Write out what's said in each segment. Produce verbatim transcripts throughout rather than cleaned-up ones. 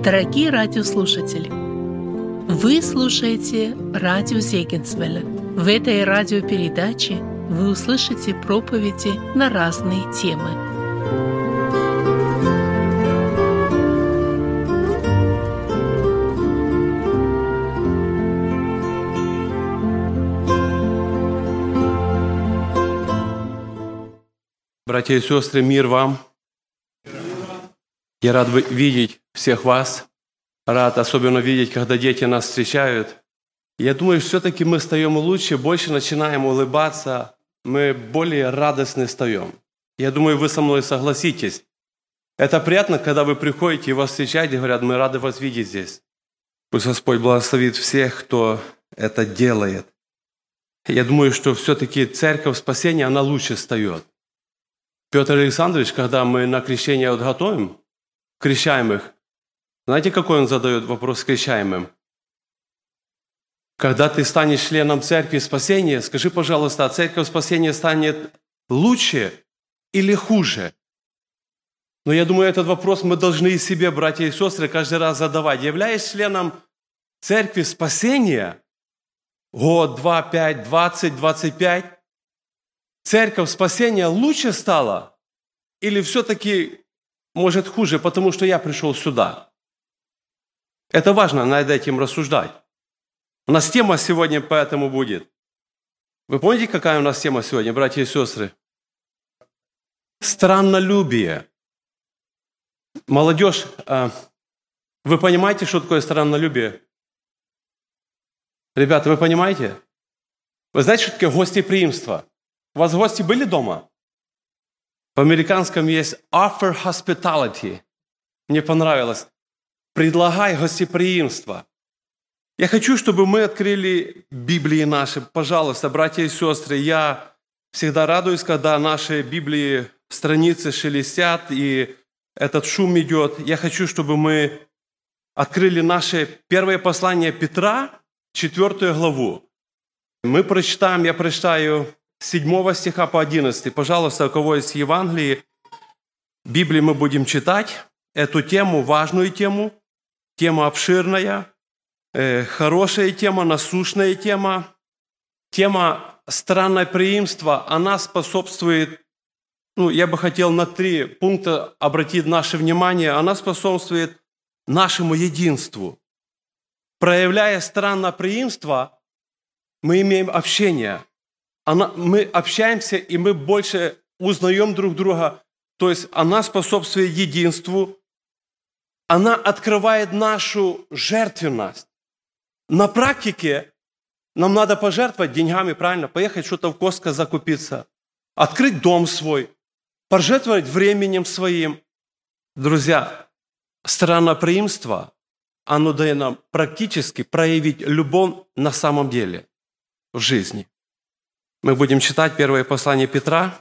Дорогие радиослушатели, вы слушаете радио Зегенсвелля. В этой радиопередаче вы услышите проповеди на разные темы. Братья и сестры, мир вам! Я рад видеть всех вас. Рад особенно видеть, когда дети нас встречают. Я думаю, все-таки мы встаем лучше, больше начинаем улыбаться, мы более радостны встаем. Я думаю, вы со мной согласитесь. Это приятно, когда вы приходите и вас встречают и говорят: мы рады вас видеть здесь. Пусть Господь благословит всех, кто это делает. Я думаю, что все-таки церковь спасения, она лучше встает. Петр Александрович, когда мы на крещение вот готовим крещаемых, знаете, какой он задает вопрос крещаемым? Когда ты станешь членом церкви спасения, скажи, пожалуйста, а церковь спасения станет лучше или хуже? Но я думаю, этот вопрос мы должны и себе, братья и сестры, каждый раз задавать. Являясь членом церкви спасения, год, два, пять, двадцать, двадцать пять, церковь спасения лучше стала или все-таки, может, хуже, потому что я пришел сюда? Это важно над этим рассуждать. У нас тема сегодня поэтому будет. Вы помните, какая у нас тема сегодня, братья и сестры? Страннолюбие. Молодежь, вы понимаете, что такое страннолюбие? Ребята, вы понимаете? Вы знаете, что такое гостеприимство? У вас гости были дома? В американском есть offer hospitality. Мне понравилось. Предлагай гостеприимство. Я хочу, чтобы мы открыли Библии наши. Пожалуйста, братья и сестры, я всегда радуюсь, когда наши Библии, страницы шелестят, и этот шум идет. Я хочу, чтобы мы открыли наше первое послание Петра, четвертую главу. Мы прочитаем, я прочитаю с седьмого стиха по одиннадцатый. Пожалуйста, у кого есть Евангелие, Библии мы будем читать эту тему, важную тему, тема обширная, э, хорошая тема, насущная тема. Тема странное преимство, она способствует, ну, я бы хотел на три пункта обратить наше внимание, она способствует нашему единству. Проявляя странное преимство, мы имеем общение. Она, мы общаемся, и мы больше узнаем друг друга. То есть она способствует единству. Она открывает нашу жертвенность. На практике нам надо пожертвовать деньгами, правильно? Поехать что-то в Костко закупиться. Открыть дом свой. Пожертвовать временем своим. Друзья, странноприимство, оно дает нам практически проявить любовь на самом деле в жизни. Мы будем читать первое послание Петра.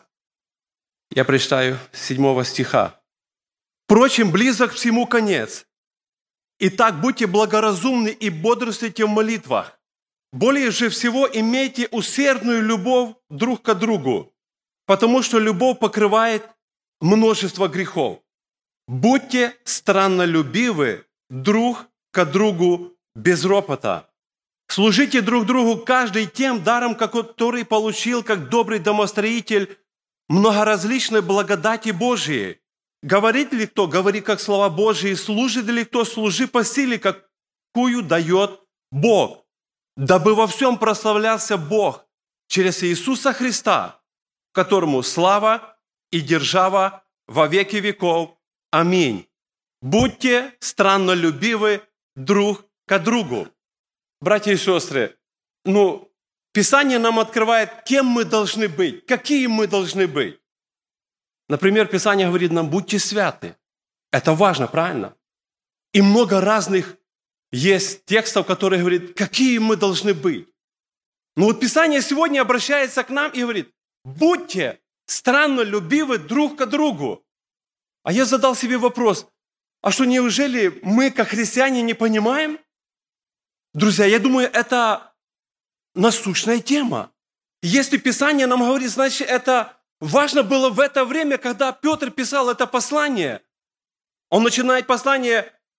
Я прочитаю с седьмого стиха. «Впрочем, близок всему конец. Итак, будьте благоразумны и бодрствуйте в молитвах. Более же всего имейте усердную любовь друг к другу, потому что любовь покрывает множество грехов. Будьте страннолюбивы друг к другу без ропота. Служите друг другу каждый тем даром, который получил, как добрый домостроитель, многоразличной благодати Божией. Говорит ли кто, говори как слова Божии, служит ли кто, служи по силе, какую дает Бог. Дабы во всем прославлялся Бог через Иисуса Христа, которому слава и держава во веки веков. Аминь. Будьте страннолюбивы друг к другу». Братья и сестры, ну, Писание нам открывает, кем мы должны быть, какие мы должны быть. Например, Писание говорит нам: будьте святы. Это важно, правильно? И много разных есть текстов, которые говорят, какие мы должны быть. Но вот Писание сегодня обращается к нам и говорит: будьте страннолюбивы друг к другу. А я задал себе вопрос: а что, неужели мы, как христиане, не понимаем? Друзья, я думаю, это насущная тема. Если Писание нам говорит, значит, это важно было в это время, когда Петр писал это послание. Он начинает послание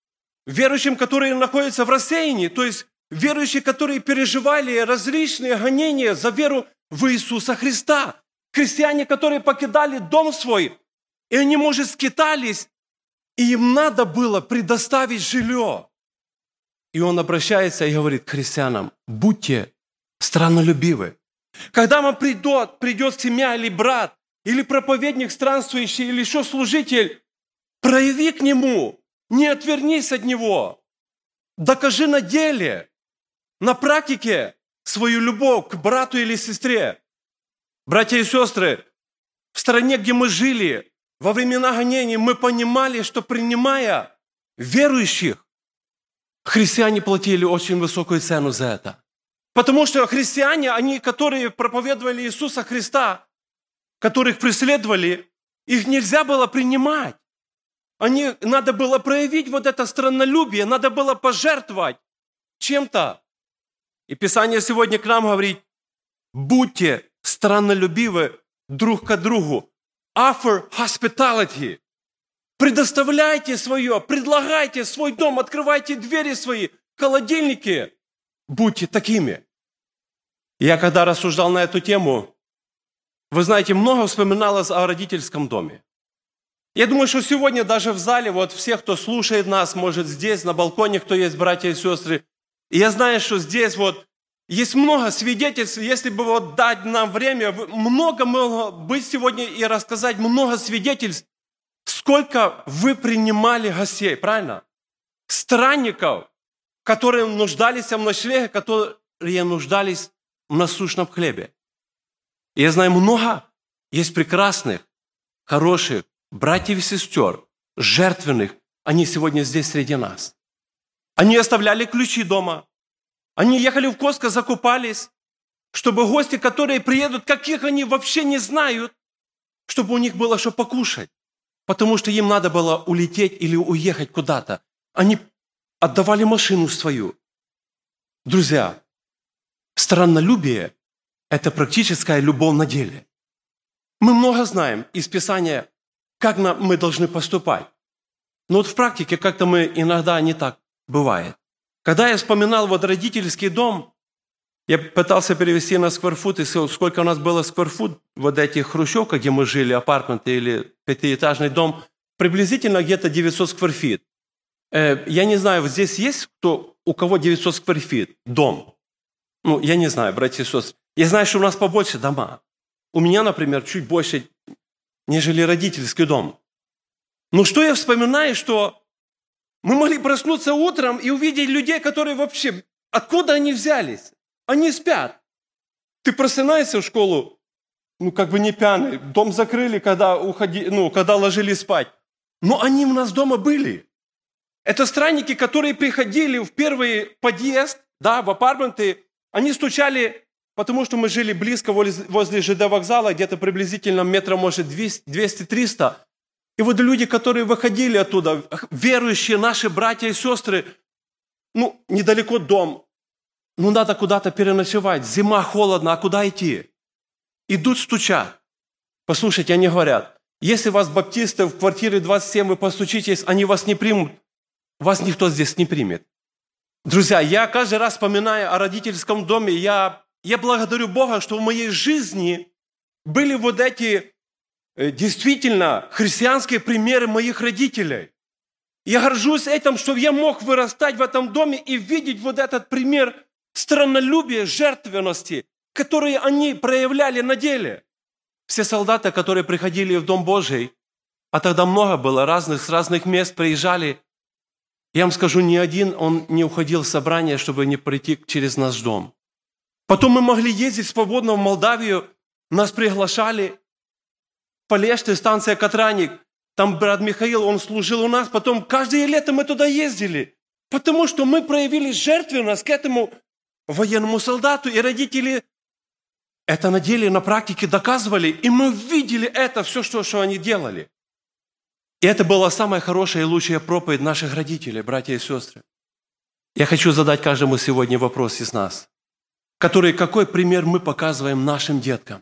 верующим, которые находятся в рассеянии, то есть верующие, которые переживали различные гонения за веру в Иисуса Христа. Христиане, которые покидали дом свой, и они, может, скитались, и им надо было предоставить жилье. И он обращается и говорит к христианам: будьте страннолюбивы. Когда вам придет, придет семья или брат, или проповедник странствующий, или еще служитель, прояви к нему, не отвернись от него. Докажи на деле, на практике свою любовь к брату или сестре. Братья и сестры, в стране, где мы жили, во времена гонений, мы понимали, что, принимая верующих, христиане платили очень высокую цену за это. Потому что христиане, они, которые проповедовали Иисуса Христа, которых преследовали, их нельзя было принимать. Они, надо было проявить вот это страннолюбие, надо было пожертвовать чем-то. И Писание сегодня к нам говорит: будьте страннолюбивы друг к другу. Offer hospitality. Предоставляйте свое, предлагайте свой дом, открывайте двери свои, холодильники. Будьте такими. Я когда рассуждал на эту тему, вы знаете, много вспоминалось о родительском доме. Я думаю, что сегодня даже в зале, вот все, кто слушает нас, может здесь, на балконе, кто есть, братья и сестры, и я знаю, что здесь вот есть много свидетельств, если бы вот дать нам время, много могло быть сегодня и рассказать много свидетельств, сколько вы принимали гостей, правильно? Странников, которые нуждались в ночлеге, которые нуждались в насущном хлебе. И я знаю, много есть прекрасных, хороших братьев и сестер, жертвенных, они сегодня здесь среди нас. Они оставляли ключи дома. Они ехали в Костко, закупались, чтобы гости, которые приедут, каких они вообще не знают, чтобы у них было что покушать. Потому что им надо было улететь или уехать куда-то. Они отдавали машину свою. Друзья, страннолюбие – это практическая любовь на деле. Мы много знаем из Писания, как нам, мы должны поступать. Но вот в практике как-то мы иногда не так бывает. Когда я вспоминал вот родительский дом, я пытался перевести на скверфут, и сколько у нас было скверфут, вот этих хрущевках, где мы жили, апартменты или пятиэтажный дом, приблизительно где-то девятьсот скверфит. Я не знаю, вот здесь есть кто, у кого девятьсот скверфит дом? Ну, я не знаю, братья и сестры. Я знаю, что у нас побольше дома. У меня, например, чуть больше, нежели родительский дом. Но что я вспоминаю, что мы могли проснуться утром и увидеть людей, которые вообще, откуда они взялись? Они спят. Ты просынаешься в школу, ну, как бы не пьяный, дом закрыли, когда, уходи, ну, когда ложились спать. Но они у нас дома были. Это странники, которые приходили в первый подъезд, да, в апартменты, они стучали, потому что мы жили близко возле ЖД вокзала, где-то приблизительно метра, может, двести-триста. И вот люди, которые выходили оттуда, верующие наши братья и сестры, ну, недалеко дом, ну, надо куда-то переночевать, зима, холодно, а куда идти? Идут, стучат. Послушайте, они говорят, если вас баптисты в квартире двадцать семь, вы постучитесь, они вас не примут, вас никто здесь не примет. Друзья, я каждый раз, вспоминая о родительском доме, я, я благодарю Бога, что в моей жизни были вот эти действительно христианские примеры моих родителей. Я горжусь этим, что я мог вырастать в этом доме и видеть вот этот пример страннолюбия, жертвенности, которые они проявляли на деле. Все солдаты, которые приходили в Дом Божий, а тогда много было разных, с разных мест приезжали, я вам скажу, ни один он не уходил в собрание, чтобы не пройти через наш дом. Потом мы могли ездить свободно в Молдавию, нас приглашали. Полешты, станция Катраник, там брат Михаил, он служил у нас, потом каждое лето мы туда ездили, потому что мы проявили жертвенность к этому военному солдату, и родители это на деле, на практике доказывали, и мы видели это, все, что, что они делали. И это была самая хорошая и лучшая проповедь наших родителей, братья и сестры. Я хочу задать каждому сегодня вопрос из нас, который, какой пример мы показываем нашим деткам.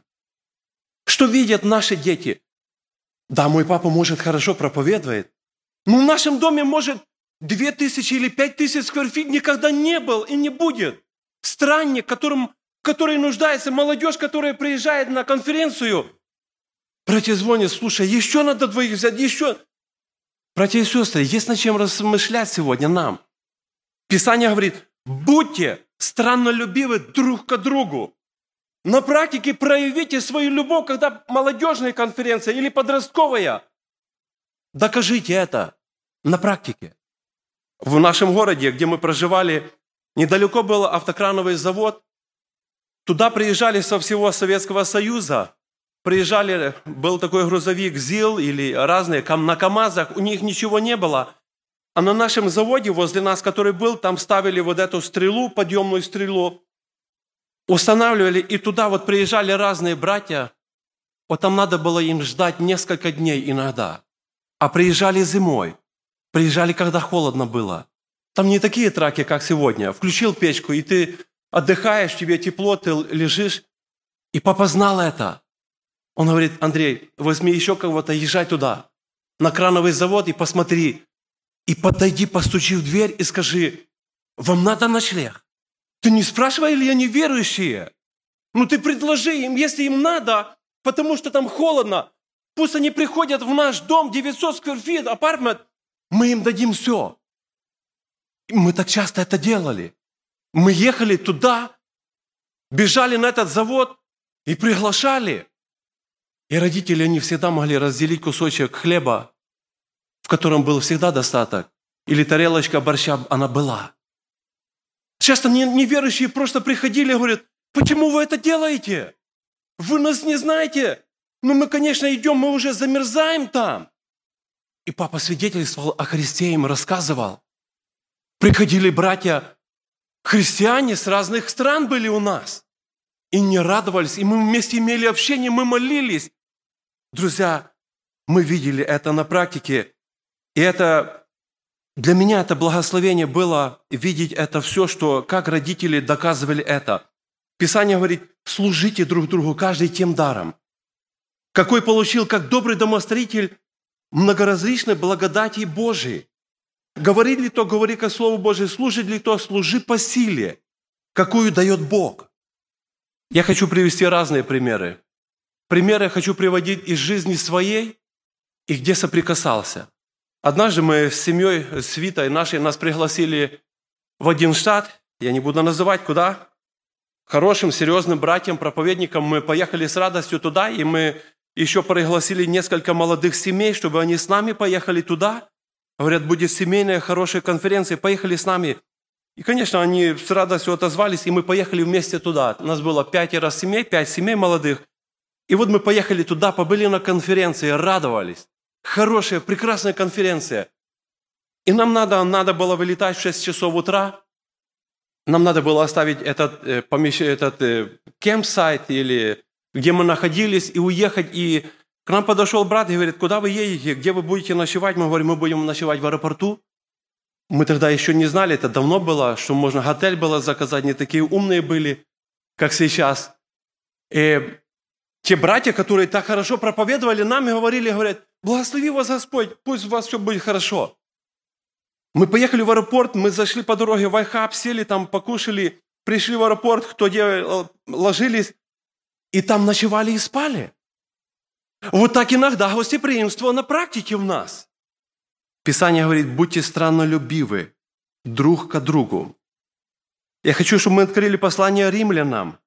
Что видят наши дети? Да, мой папа, может, хорошо проповедует, но в нашем доме, может, две тысячи или пять тысяч скверфит никогда не был и не будет. Странник, которым, который нуждается, молодежь, которая приезжает на конференцию. Братья звонят, слушай, еще надо двоих взять, еще. Братья и сестры, есть над чем размышлять сегодня нам. Писание говорит, будьте страннолюбивы друг к другу. На практике проявите свою любовь, когда молодежная конференция или подростковая. Докажите это на практике. В нашем городе, где мы проживали, недалеко был автокрановый завод. Туда приезжали со всего Советского Союза. Приезжали, был такой грузовик ЗИЛ или разные, на КАМАЗах, у них ничего не было. А на нашем заводе, возле нас, который был, там ставили вот эту стрелу, подъемную стрелу, устанавливали, и туда вот приезжали разные братья. Вот там надо было им ждать несколько дней иногда. А приезжали зимой, приезжали, когда холодно было. Там не такие траки, как сегодня. Включил печку, и ты отдыхаешь, тебе тепло, ты лежишь. И папа знал это. Он говорит, Андрей, возьми еще кого-то, езжай туда, на крановый завод и посмотри. И подойди, постучи в дверь и скажи, вам надо ночлег? Ты не спрашивай, или они верующие? Ну ты предложи им, если им надо, потому что там холодно, пусть они приходят в наш дом, девятьсот скверфит, апартмент, мы им дадим все. Мы так часто это делали. Мы ехали туда, бежали на этот завод и приглашали. И родители, они всегда могли разделить кусочек хлеба, в котором был всегда достаток, или тарелочка борща, она была. Часто неверующие просто приходили и говорят, почему вы это делаете? Вы нас не знаете. Ну мы, конечно, идем, мы уже замерзаем там. И папа свидетельствовал о Христе, им рассказывал. Приходили братья, христиане с разных стран были у нас. И не радовались, и мы вместе имели общение, мы молились. Друзья, мы видели это на практике. И это, для меня это благословение было видеть это все, что, как родители доказывали это. Писание говорит, служите друг другу, каждый тем даром, какой получил, как добрый домостроитель, многоразличной благодати Божией. Говорит ли то, говори как Слово Божие, служит ли то, служи по силе, какую дает Бог. Я хочу привести разные примеры. Примеры я хочу приводить из жизни своей и где соприкасался. Однажды мы с семьей, с Витой нашей, нас пригласили в один штат, я не буду называть, куда, хорошим, серьезным братьям, проповедникам. Мы поехали с радостью туда, и мы еще пригласили несколько молодых семей, чтобы они с нами поехали туда. Говорят, будет семейная хорошая конференция, поехали с нами. И, конечно, они с радостью отозвались, и мы поехали вместе туда. У нас было пятеро семей, пять семей молодых. И вот мы поехали туда, побыли на конференции, радовались. Хорошая, прекрасная конференция. И нам надо, надо было вылетать в шесть часов утра. Нам надо было оставить этот, э, помещ... этот э, кемпсайт, или где мы находились, и уехать. И к нам подошел брат и говорит, куда вы едете, где вы будете ночевать? Мы говорим, мы будем ночевать в аэропорту. Мы тогда еще не знали, это давно было, что можно отель было заказать, не такие умные были, как сейчас. И те братья, которые так хорошо проповедовали нам и говорили, говорят, благослови вас Господь, пусть у вас все будет хорошо. Мы поехали в аэропорт, мы зашли по дороге в Айхаб, сели там, покушали, пришли в аэропорт, кто где ложились, и там ночевали и спали. Вот так иногда гостеприимство на практике у нас. Писание говорит, будьте страннолюбивы друг к другу. Я хочу, чтобы мы открыли послание римлянам,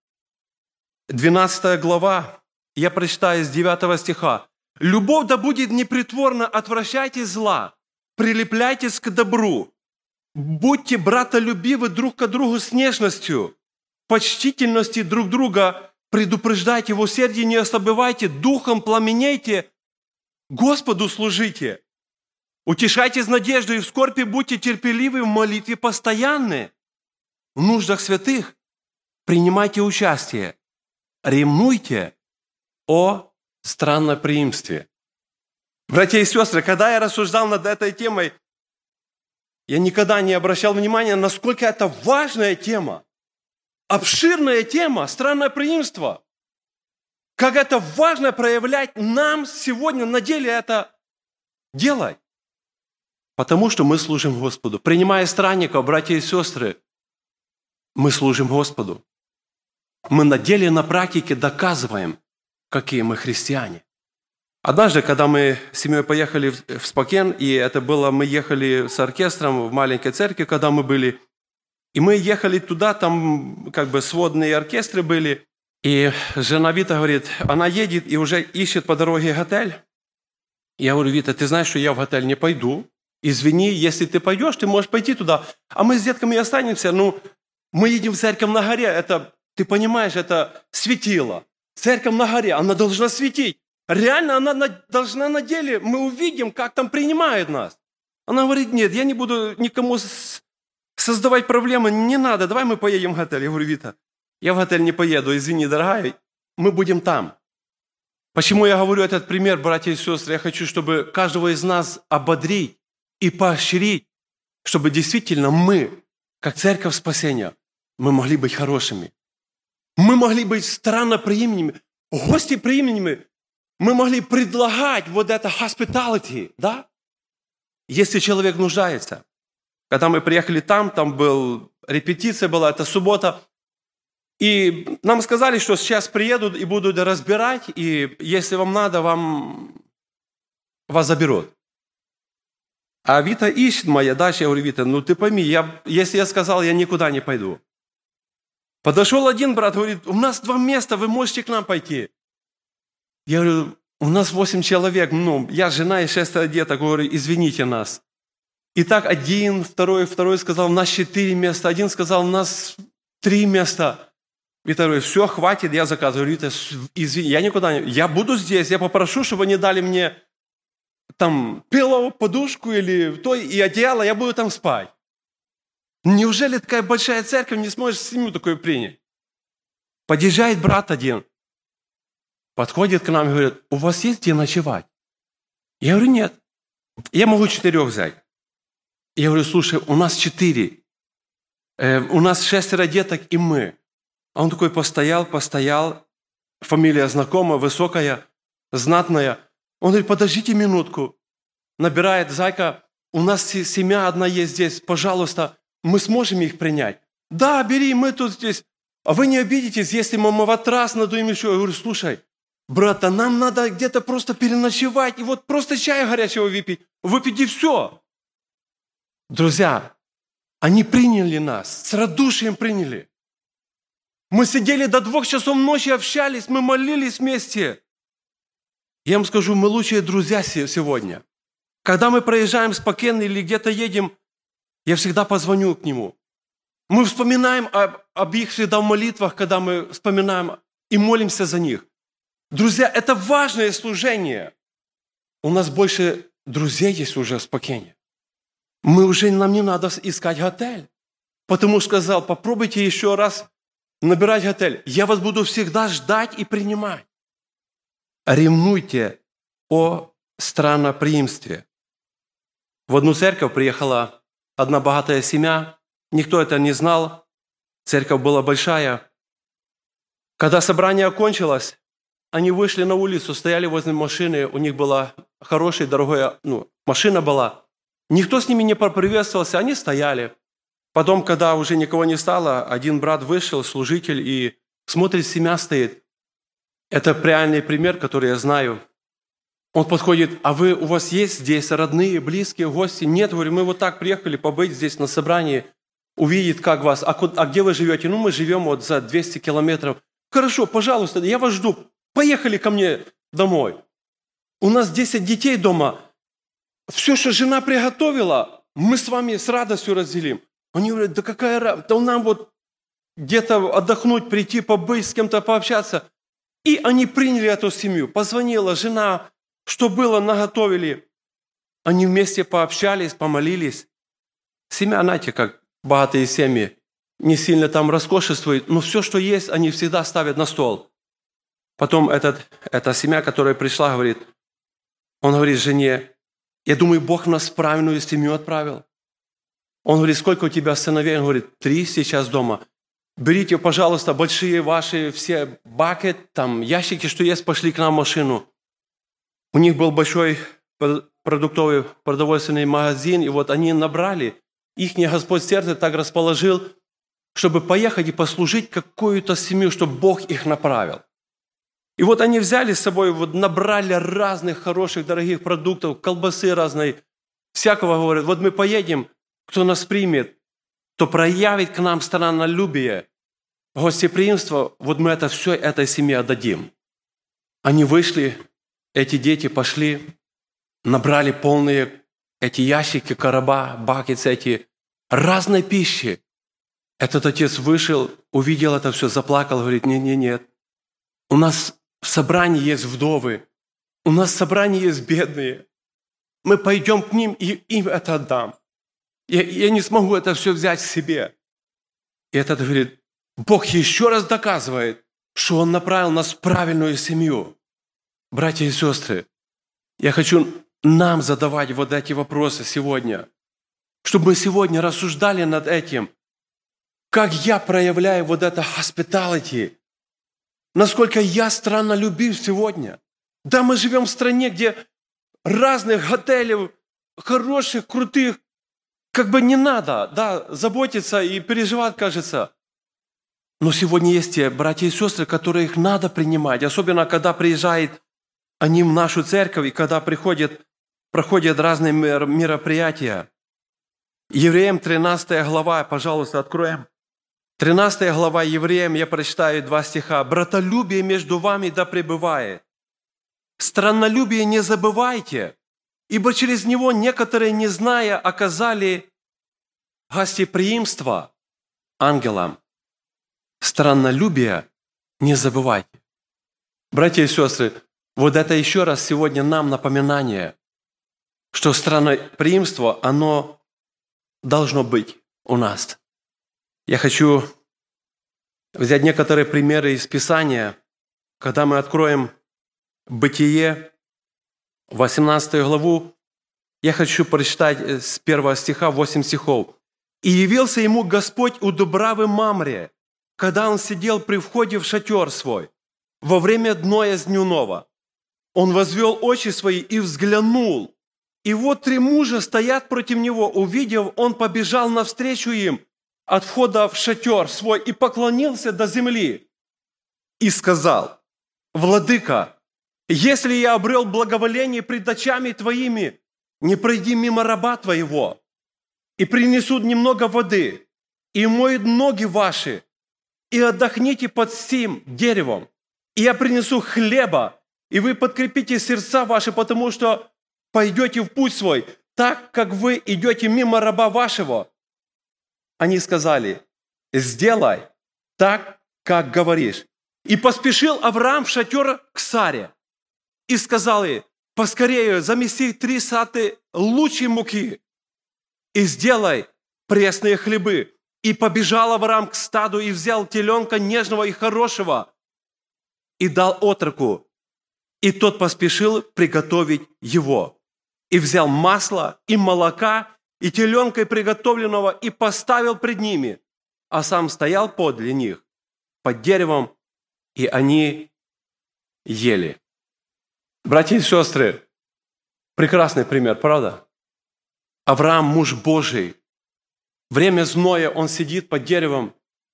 двенадцатая глава, я прочитаю с девятого стиха. «Любовь да будет непритворна, отвращайте зла, прилепляйтесь к добру, будьте братолюбивы друг к другу с нежностью, почтительности друг друга, предупреждайте в усердии, не ослабевайте, духом пламенейте, Господу служите». Утешайтесь надеждой, и в скорби будьте терпеливы, в молитве постоянны. В нуждах святых принимайте участие. Ревнуйте о странноприимстве. Братья и сестры, когда я рассуждал над этой темой, я никогда не обращал внимания, насколько это важная тема. Обширная тема, странноприимство. Как это важно проявлять нам сегодня на деле это делать. Потому что мы служим Господу. Принимая странников, братья и сестры, мы служим Господу. Мы на деле, на практике доказываем, какие мы христиане. Однажды, когда мы с семьей поехали в Спокен, и это было, мы ехали с оркестром в маленькой церкви, когда мы были, и мы ехали туда, там как бы сводные оркестры были, и жена Вита говорит, она едет и уже ищет по дороге отель. Я говорю, Вита, ты знаешь, что я в отель не пойду. Извини, если ты пойдешь, ты можешь пойти туда. А мы с детками останемся. Ну, мы едем в церковь на горе. Это, ты понимаешь, это светило. Церковь на горе, она должна светить. Реально, она на, должна на деле. Мы увидим, как там принимают нас. Она говорит, нет, я не буду никому с, создавать проблемы. Не надо, давай мы поедем в отель. Я говорю, Вита, я в отель не поеду, извини, дорогая. Мы будем там. Почему я говорю этот пример, братья и сестры? Я хочу, чтобы каждого из нас ободрить и поощрить, чтобы действительно мы, как церковь спасения, мы могли быть хорошими. Мы могли быть странноприимными, гостеприимными. Мы могли предлагать вот это hospitality, да? Если человек нуждается. Когда мы приехали там, там был репетиция была, это суббота. И нам сказали, что сейчас приедут и будут разбирать, и если вам надо, вам вас заберут. А Вита ищет моя дача. Я говорю, Вита, ну ты пойми, я, если я сказал, я никуда не пойду. Подошел один брат, говорит, у нас два места, вы можете к нам пойти. Я говорю, у нас восемь человек, ну, я жена и шестеро деток, говорю, извините нас. И так один, второй, второй сказал, у нас четыре места, один сказал, у нас три места. Вита говорит, все, хватит, я заказываю. Вита, извини, я никуда не... Я буду здесь, я попрошу, чтобы они дали мне там пилоу, подушку или то, и одеяло, я буду там спать. Неужели такая большая церковь не сможет семью такую принять? Подъезжает брат один, подходит к нам и говорит, у вас есть где ночевать? Я говорю, нет. Я могу четырех взять. Я говорю, слушай, у нас четыре. Э, у нас шестеро деток и мы. А он такой постоял, постоял. Фамилия знакомая, высокая, знатная. Он говорит, подождите минутку. Набирает, зайка, у нас семья одна есть здесь, пожалуйста, мы сможем их принять? Да, бери, мы тут здесь. А вы не обидитесь, если мы матрас надуем еще? Я говорю, слушай, брат, а нам надо где-то просто переночевать и вот просто чая горячего выпить. Выпить и все. Друзья, они приняли нас, с радушием приняли. Мы сидели до двух часов ночи, общались, мы молились вместе. Я вам скажу, мы лучшие друзья сегодня. Когда мы проезжаем с Спокен или где-то едем, я всегда позвоню к нему. Мы вспоминаем об, об их всегда в молитвах, когда мы вспоминаем и молимся за них. Друзья, это важное служение. У нас больше друзей есть уже в Спокене. Мы уже, нам не надо искать отель. Потому что сказал, попробуйте еще раз набирать отель. Я вас буду всегда ждать и принимать. Ревнуйте о странноприимстве. В одну церковь приехала одна богатая семья. Никто это не знал. Церковь была большая. Когда собрание окончилось, они вышли на улицу, стояли возле машины. У них была хорошая, дорогая ну, машина была. Никто с ними не поприветствовался, они стояли. Потом, когда уже никого не стало, один брат вышел, служитель, и смотрит, семья стоит. Это реальный пример, который я знаю. Он подходит, а вы, у вас есть здесь родные, близкие, гости? Нет, говорю, мы вот так приехали побыть здесь на собрании, увидеть, как вас. А, а где вы живете? Ну, мы живем вот за двести километров. Хорошо, пожалуйста, я вас жду. Поехали ко мне домой. У нас десять детей дома. Все, что жена приготовила, мы с вами с радостью разделим. Они говорят, да какая радость, да нам вот где-то отдохнуть, прийти, побыть, с кем-то пообщаться. И они приняли эту семью. Позвонила жена, что было, наготовили. Они вместе пообщались, помолились. Семья, знаете, как богатые семьи, не сильно там роскошествуют, но все, что есть, они всегда ставят на стол. Потом этот, эта семья, которая пришла, говорит, он говорит жене, я думаю, Бог нас в правильную семью отправил. Он говорит, сколько у тебя сыновей? Он говорит, три сейчас дома. Берите, пожалуйста, большие ваши все бакет, там ящики, что есть, пошли к нам в машину. У них был большой продуктовый продовольственный магазин, и вот они набрали, их Господь сердце так расположил, чтобы поехать и послужить какую-то семью, чтобы Бог их направил. И вот они взяли с собой, вот набрали разных хороших, дорогих продуктов, колбасы разной, всякого, говорят, вот мы поедем, кто нас примет, кто проявит к нам страннолюбие, гостеприимство, вот мы это все этой семье отдадим. Они вышли, эти дети пошли, набрали полные эти ящики, короба, бакетсы эти, разной пищи. Этот отец вышел, увидел это все, заплакал, говорит, нет-нет-нет, у нас в собрании есть вдовы, у нас в собрании есть бедные, мы пойдем к ним и им это отдам. Я, я не смогу это все взять себе. И этот говорит, Бог еще раз доказывает, что Он направил нас в правильную семью. Братья и сестры, я хочу нам задавать вот эти вопросы сегодня, чтобы мы сегодня рассуждали над этим, как я проявляю вот это hospitality, насколько я страннолюбив сегодня. Да, мы живем в стране, где разных отелей, хороших, крутых, как бы не надо, да, заботиться и переживать, кажется. Но сегодня есть те братья и сестры, которые их надо принимать, особенно когда приезжают они в нашу церковь, и когда приходят, проходят разные мероприятия. Евреям тринадцатая глава, пожалуйста, откроем. тринадцатая глава Евреям, я прочитаю два стиха. «Братолюбие между вами да пребывает. Страннолюбие не забывайте, ибо через него некоторые, не зная, оказали гостеприимство ангелам. Страннолюбие не забывайте». Братья и сестры, вот это еще раз сегодня нам напоминание, что странноприимство, оно должно быть у нас. Я хочу взять некоторые примеры из Писания, когда мы откроем Бытие, восемнадцатую главу. Я хочу прочитать с первого стиха восемь стихов. «И явился ему Господь у Дубравы Мамре, когда он сидел при входе в шатер свой, во время дноя дневного. Он возвел очи свои и взглянул, и вот три мужа стоят против него. Увидев, он побежал навстречу им от входа в шатер свой и поклонился до земли. И сказал, «Владыка, если я обрел благоволение пред очами твоими, не пройди мимо раба твоего, и принесут немного воды, и моют ноги ваши, и отдохните под сим деревом, и я принесу хлеба, и вы подкрепите сердца ваши, потому что пойдете в путь свой, так, как вы идете мимо раба вашего». Они сказали, «Сделай так, как говоришь». И поспешил Авраам в шатер к Саре, и сказал ей, «Поскорее замеси три саты лучшей муки, и сделай пресные хлебы». И побежал Авраам к стаду, и взял теленка нежного и хорошего, и дал отроку. И тот поспешил приготовить его. И взял масло и молока, и теленка приготовленного, и поставил пред ними, а сам стоял подле них, под деревом, и они ели. Братья и сестры, прекрасный пример, правда? Авраам, муж Божий, время зноя, он сидит под деревом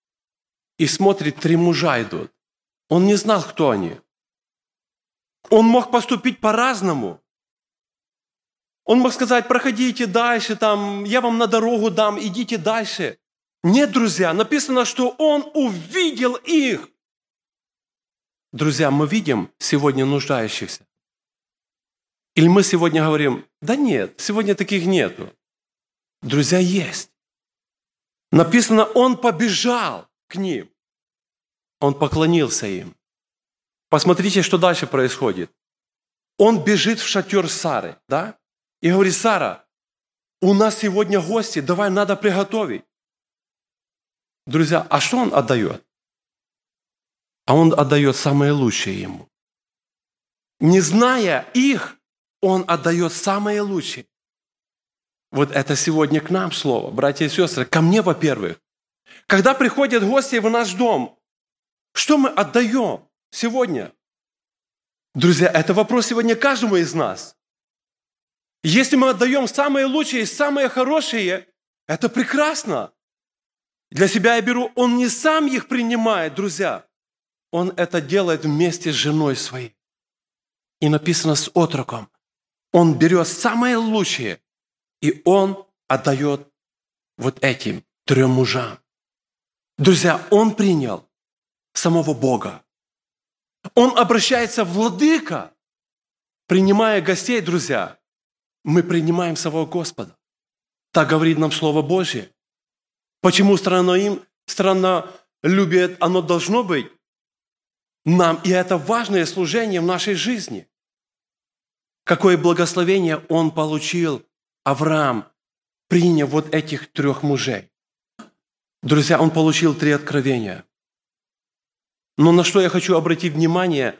и смотрит, три мужа идут. Он не знал, кто они. Он мог поступить по-разному. Он мог сказать, проходите дальше, там, я вам на дорогу дам, идите дальше. Нет, друзья, написано, что он увидел их. Друзья, мы видим сегодня нуждающихся. Или мы сегодня говорим, да нет, сегодня таких нету. Друзья, есть. Написано, он побежал к ним. Он поклонился им. Посмотрите, что дальше происходит. Он бежит в шатер Сары, да? И говорит, Сара, у нас сегодня гости, давай надо приготовить. Друзья, а что он отдает? А он отдает самое лучшее ему. Не зная их, он отдает самое лучшее. Вот это сегодня к нам слово, братья и сестры, ко мне, во-первых. Когда приходят гости в наш дом, что мы отдаем сегодня? Друзья, это вопрос сегодня каждому из нас. Если мы отдаем самое лучшее и самое хорошее, это прекрасно. Для себя я беру, он не сам их принимает, друзья. Он это делает вместе с женой своей. И написано с отроком. Он берет самое лучшее, и он отдает вот этим трем мужам. Друзья, он принял самого Бога. Он обращается в владыка. Принимая гостей, друзья, мы принимаем самого Господа. Так говорит нам Слово Божье. Почему странно страннолюбие, оно должно быть нам, и это важное служение в нашей жизни. Какое благословение он получил, Авраам, приняв вот этих трех мужей. Друзья, он получил три откровения. Но на что я хочу обратить внимание,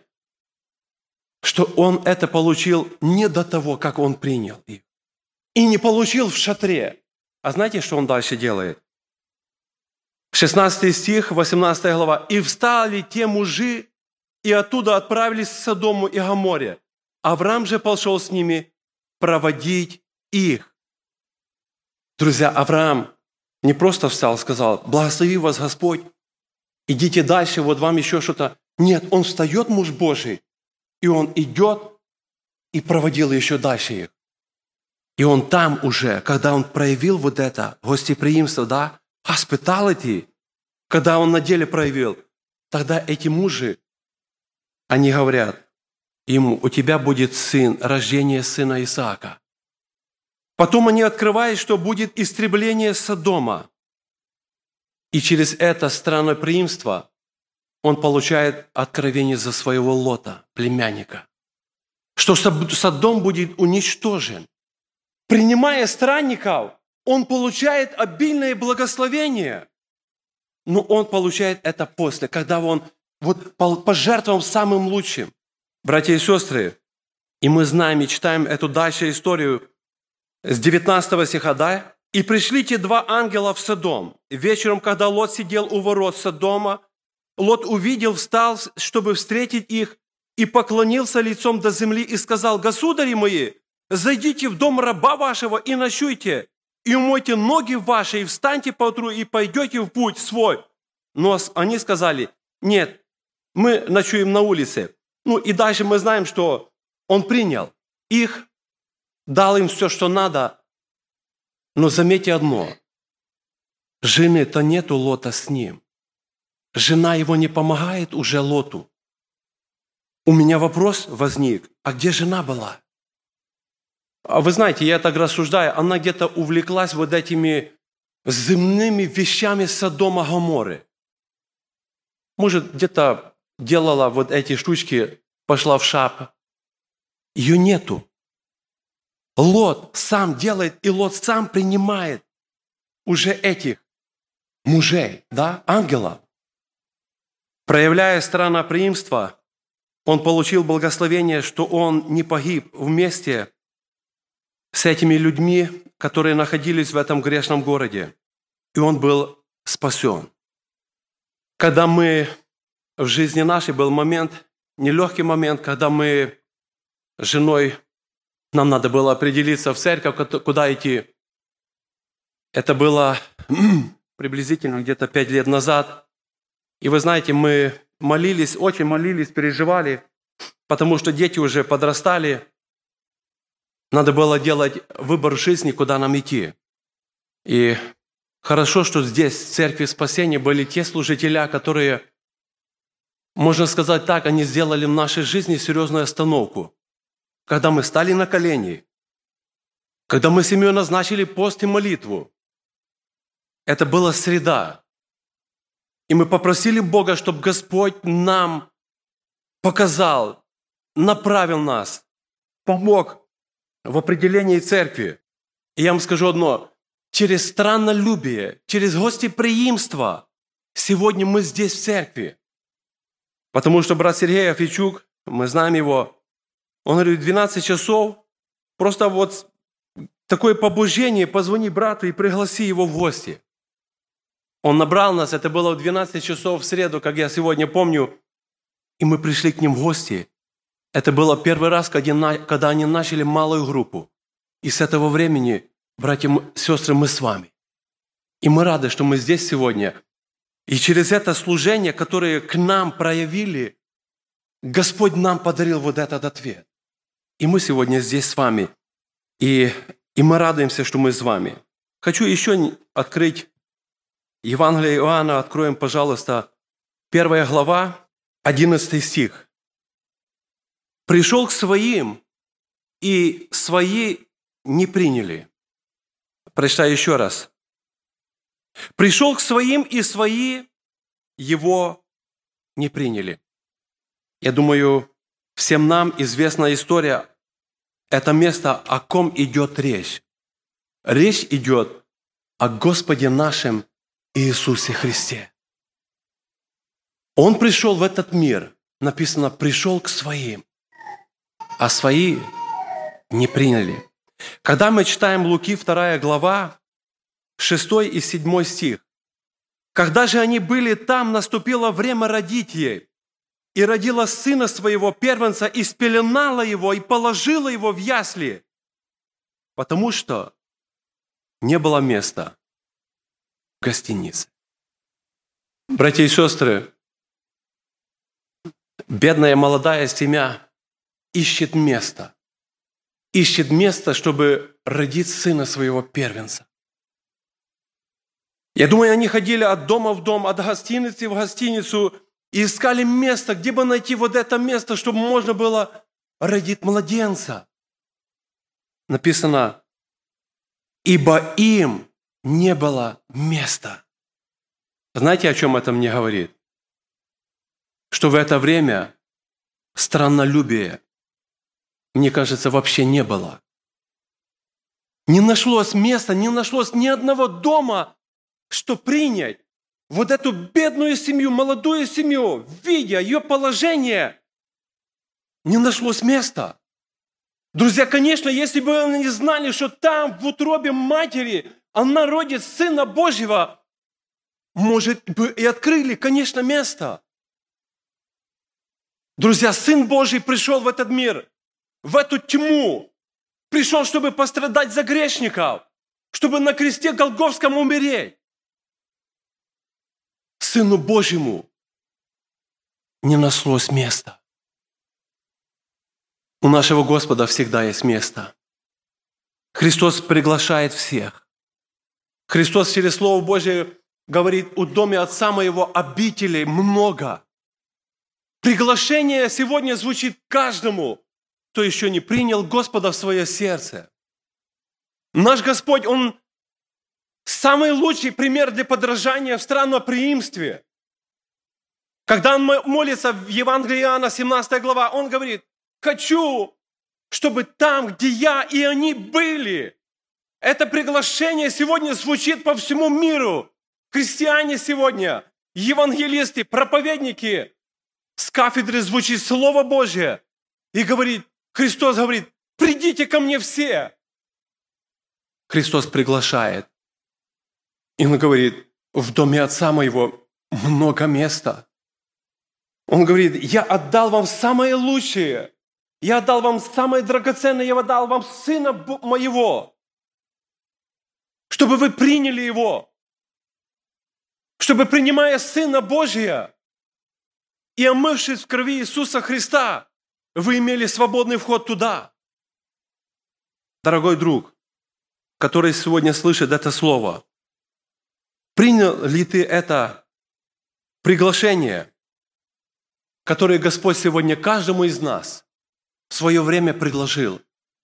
что он это получил не до того, как он принял их. И не получил в шатре. А знаете, что он дальше делает? шестнадцатый стих, восемнадцатая глава. «И встали те мужи, и оттуда отправились в Содому и Гоморе. Авраам же пошел с ними проводить их». Друзья, Авраам не просто встал, сказал: «Благослови вас Господь, идите дальше, вот вам еще что-то». Нет, он встает, муж Божий, и он идет и проводил еще дальше их. И он там уже, когда он проявил вот это гостеприимство, да, hospitality, когда он на деле проявил, тогда эти мужи, они говорят ему: у тебя будет сын, рождение сына Исаака. Потом они открывают, что будет истребление Содома. И через это странноприимство он получает откровение за своего Лота, племянника, что Содом будет уничтожен. Принимая странников, он получает обильное благословение. Но он получает это после, когда он вот пожертвовал самым лучшим. Братья и сестры, и мы знаем и читаем эту дальше историю с девятнадцатого стиха, да? «И пришли те два ангела в Содом. Вечером, когда Лот сидел у ворот Содома, Лот увидел, встал, чтобы встретить их, и поклонился лицом до земли и сказал: государи мои, зайдите в дом раба вашего и ночуйте, и умойте ноги ваши, и встаньте поутру, и пойдете в путь свой. Но они сказали: нет, мы ночуем на улице. Ну и дальше мы знаем, что он принял их, дал им все, что надо. Но заметьте одно: жены-то нету Лота с ним. Жена его не помогает уже Лоту. У меня вопрос возник: а где жена была? А вы знаете, я так рассуждаю, она где-то увлеклась вот этими земными вещами Содома Гоморры. Может, где-то делала вот эти штучки, пошла в шап. Ее нету. Лот сам делает, и Лот сам принимает уже этих мужей, да, ангелов. Проявляя странноприимство, он получил благословение, что он не погиб вместе с этими людьми, которые находились в этом грешном городе. И он был спасен. Когда мы в жизни нашей, был момент, нелегкий момент, когда мы с женой, нам надо было определиться в церковь, куда идти. Это было приблизительно где-то пять лет назад. И вы знаете, мы молились, очень молились, переживали, потому что дети уже подрастали. Надо было делать выбор в жизни, куда нам идти. И хорошо, что здесь, в Церкви Спасения, были те служители, которые, можно сказать так, они сделали в нашей жизни серьезную остановку. Когда мы стали на колени, когда мы семью назначили пост и молитву, это была среда. И мы попросили Бога, чтобы Господь нам показал, направил нас, помог в определении церкви. И я вам скажу одно: через страннолюбие, через гостеприимство сегодня мы здесь в церкви. Потому что брат Сергей Афичук, мы знаем его, он говорит: двенадцать часов, просто вот такое побуждение, позвони брату и пригласи его в гости. Он набрал нас, это было в двенадцать часов в среду, как я сегодня помню, и мы пришли к ним в гости. Это было первый раз, когда они начали малую группу. И с этого времени, братья и сестры, мы с вами. И мы рады, что мы здесь сегодня. И через это служение, которое к нам проявили, Господь нам подарил вот этот ответ. И мы сегодня здесь с вами. И, и мы радуемся, что мы с вами. Хочу еще открыть Евангелие Иоанна. Откроем, пожалуйста, первая глава, одиннадцатый стих. «Пришел к своим, и свои не приняли». Прочитаю еще раз. «Пришел к своим, и свои его не приняли». Я думаю, всем нам известна история. Это место, о ком идет речь. Речь идет о Господе нашем Иисусе Христе. Он пришел в этот мир. Написано, пришел к своим, а свои не приняли. Когда мы читаем Луки, вторая глава, шестой и седьмой стих. «Когда же они были там, наступило время родить ей, и родила сына своего первенца, и спеленала его, и положила его в ясли, потому что не было места в гостинице». Братья и сестры, бедная молодая семья ищет место, ищет место, чтобы родить сына своего первенца. Я думаю, они ходили от дома в дом, от гостиницы в гостиницу и искали место, где бы найти вот это место, чтобы можно было родить младенца. Написано, ибо им не было места. Знаете, о чем это мне говорит? Что в это время страннолюбия, мне кажется, вообще не было. Не нашлось места, не нашлось ни одного дома, что принять вот эту бедную семью, молодую семью, видя ее положение, не нашлось места. Друзья, конечно, если бы они знали, что там, в утробе матери, она родит Сына Божьего, может бы и открыли, конечно, место. Друзья, Сын Божий пришел в этот мир, в эту тьму, пришел, чтобы пострадать за грешников, чтобы на кресте Голгофском умереть. Сыну Божьему не нашлось места. У нашего Господа всегда есть место. Христос приглашает всех. Христос через Слово Божие говорит, у доме Отца Моего обителей много. Приглашение сегодня звучит каждому, кто еще не принял Господа в свое сердце. Наш Господь, Он самый лучший пример для подражания в странноприимстве. Когда Он молится в Евангелии Иоанна, семнадцатая глава, Он говорит, хочу, чтобы там, где я и они были. Это приглашение сегодня звучит по всему миру. Христиане сегодня, евангелисты, проповедники, с кафедры звучит Слово Божье. И говорит, Христос говорит, придите ко мне все. Христос приглашает. И Он говорит, в доме Отца Моего много места. Он говорит, я отдал вам самое лучшее. Я отдал вам самое драгоценное. Я отдал вам Сына Моего. Чтобы вы приняли Его. Чтобы, принимая Сына Божия и омывшись в крови Иисуса Христа, вы имели свободный вход туда. Дорогой друг, который сегодня слышит это слово, принял ли ты это приглашение, которое Господь сегодня каждому из нас в свое время предложил?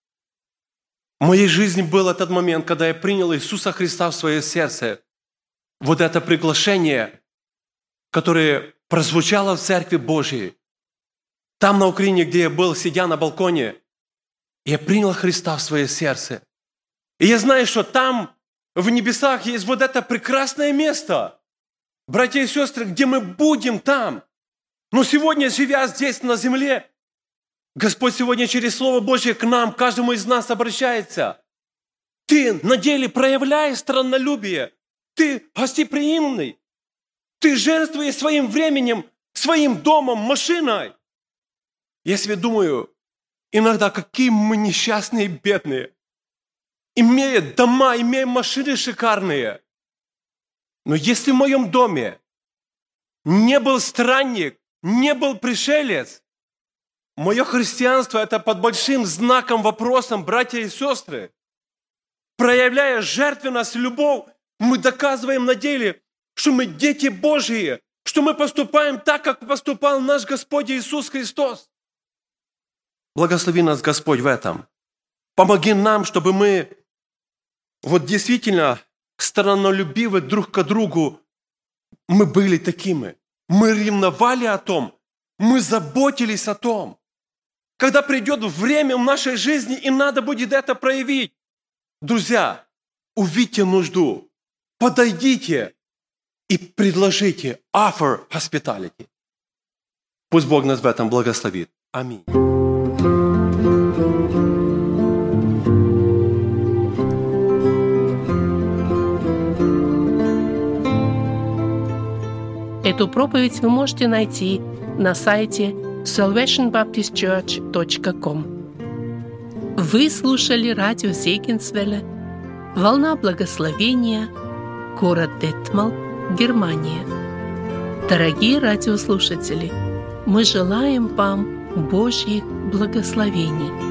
В моей жизни был этот момент, когда я принял Иисуса Христа в свое сердце. Вот это приглашение, которое прозвучало в Церкви Божьей. Там на Украине, где я был, сидя на балконе, я принял Христа в свое сердце. И я знаю, что там, в небесах, есть вот это прекрасное место. Братья и сестры, где мы будем там. Но сегодня, живя здесь, на земле, Господь сегодня через Слово Божье к нам, каждому из нас обращается. Ты на деле проявляешь страннолюбие. Ты гостеприимный. Ты жертвуешь своим временем, своим домом, машиной. Я себе думаю, иногда какие мы несчастные и бедные. имея дома, имея машины шикарные. Но если в моем доме не был странник, не был пришелец, мое христианство – это под большим знаком вопросом, братья и сестры. Проявляя жертвенность, любовь, мы доказываем на деле, что мы дети Божьи, что мы поступаем так, как поступал наш Господь Иисус Христос. Благослови нас, Господь, в этом. Помоги нам, чтобы мы вот действительно страннолюбивы друг к другу. Мы были такими. Мы ревновали о том. Мы заботились о том. Когда придет время в нашей жизни, и надо будет это проявить. Друзья, увидьте нужду, подойдите и предложите offer hospitality. Пусть Бог нас в этом благословит. Аминь. Эту проповедь вы можете найти на сайте salvation baptist church точка com. Вы слушали радио Зегенсвелля, «Волна благословения», город Детмал, Германия. Дорогие радиослушатели, мы желаем вам Божьих благословений.